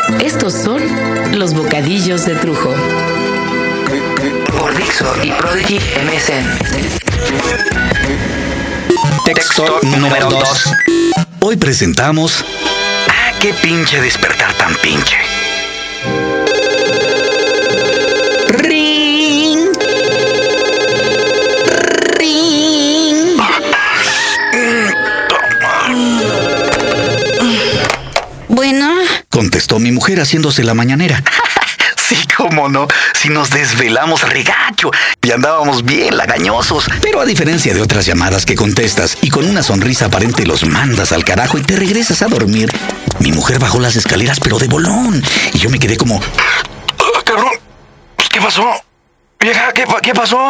Estos son los bocadillos de Trujo. Por Dixo y Prodigy MSN. Texto número 2. Hoy presentamos... qué pinche despertar tan pinche. Ring. Ring. Bueno, contestó mi mujer haciéndose la mañanera. Sí, cómo no, si nos desvelamos regacho y andábamos bien lagañosos. Pero a diferencia de otras llamadas que contestas y con una sonrisa aparente los mandas al carajo y te regresas a dormir, mi mujer bajó las escaleras pero de bolón y yo me quedé como... cabrón, pues, ¿qué pasó? Vieja, ¿qué pasó?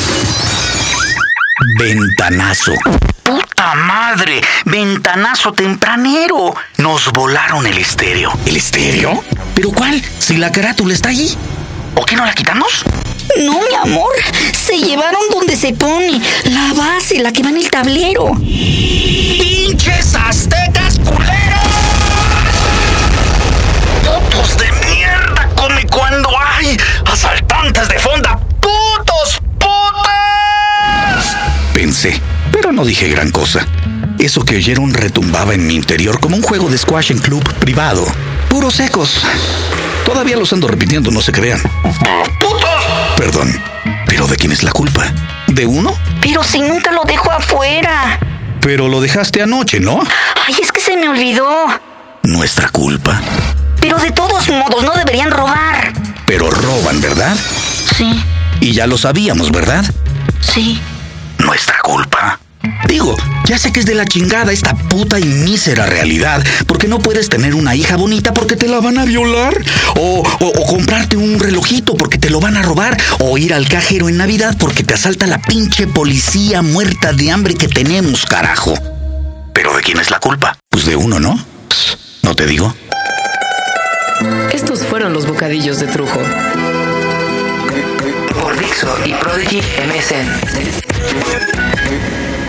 Ventanazo. ¡Puta madre! ¡Ventanazo tempranero! Nos volaron el estéreo. ¿El estéreo? ¿Pero cuál? Si la carátula está allí. ¿O qué no la quitamos? no, mi amor. Se llevaron donde se pone. La base, la que va en el tablero. ¡Pinches aztecas culeros! ¡Putos de mierda! ¡Come cuando hay! ¡Asaltantes de fonda! ¡Putos! ¡Putas! Pensé, pero no dije gran cosa. Eso que oyeron retumbaba en mi interior como un juego de squash en club privado. Puros secos. Todavía los ando repitiendo, no se crean. ¡Putos! Perdón, pero ¿de quién es la culpa? ¿De uno? Pero si nunca lo dejo afuera. Pero lo dejaste anoche, ¿no? Ay, es que se me olvidó. Nuestra culpa. Pero de todos modos, no deberían robar. Pero roban, ¿verdad? Sí. Y ya lo sabíamos, ¿verdad? Sí. Nuestra culpa. Digo, ya sé que es de la chingada esta puta y mísera realidad, porque no puedes tener una hija bonita porque te la van a violar, o comprarte un relojito porque te lo van a robar, o ir al cajero en Navidad porque te asalta la pinche policía muerta de hambre que tenemos, carajo. ¿Pero de quién es la culpa? Pues de uno, ¿no? ¿No te digo? Estos fueron los bocadillos de Trujo. Por Dixo y Prodigy MSN.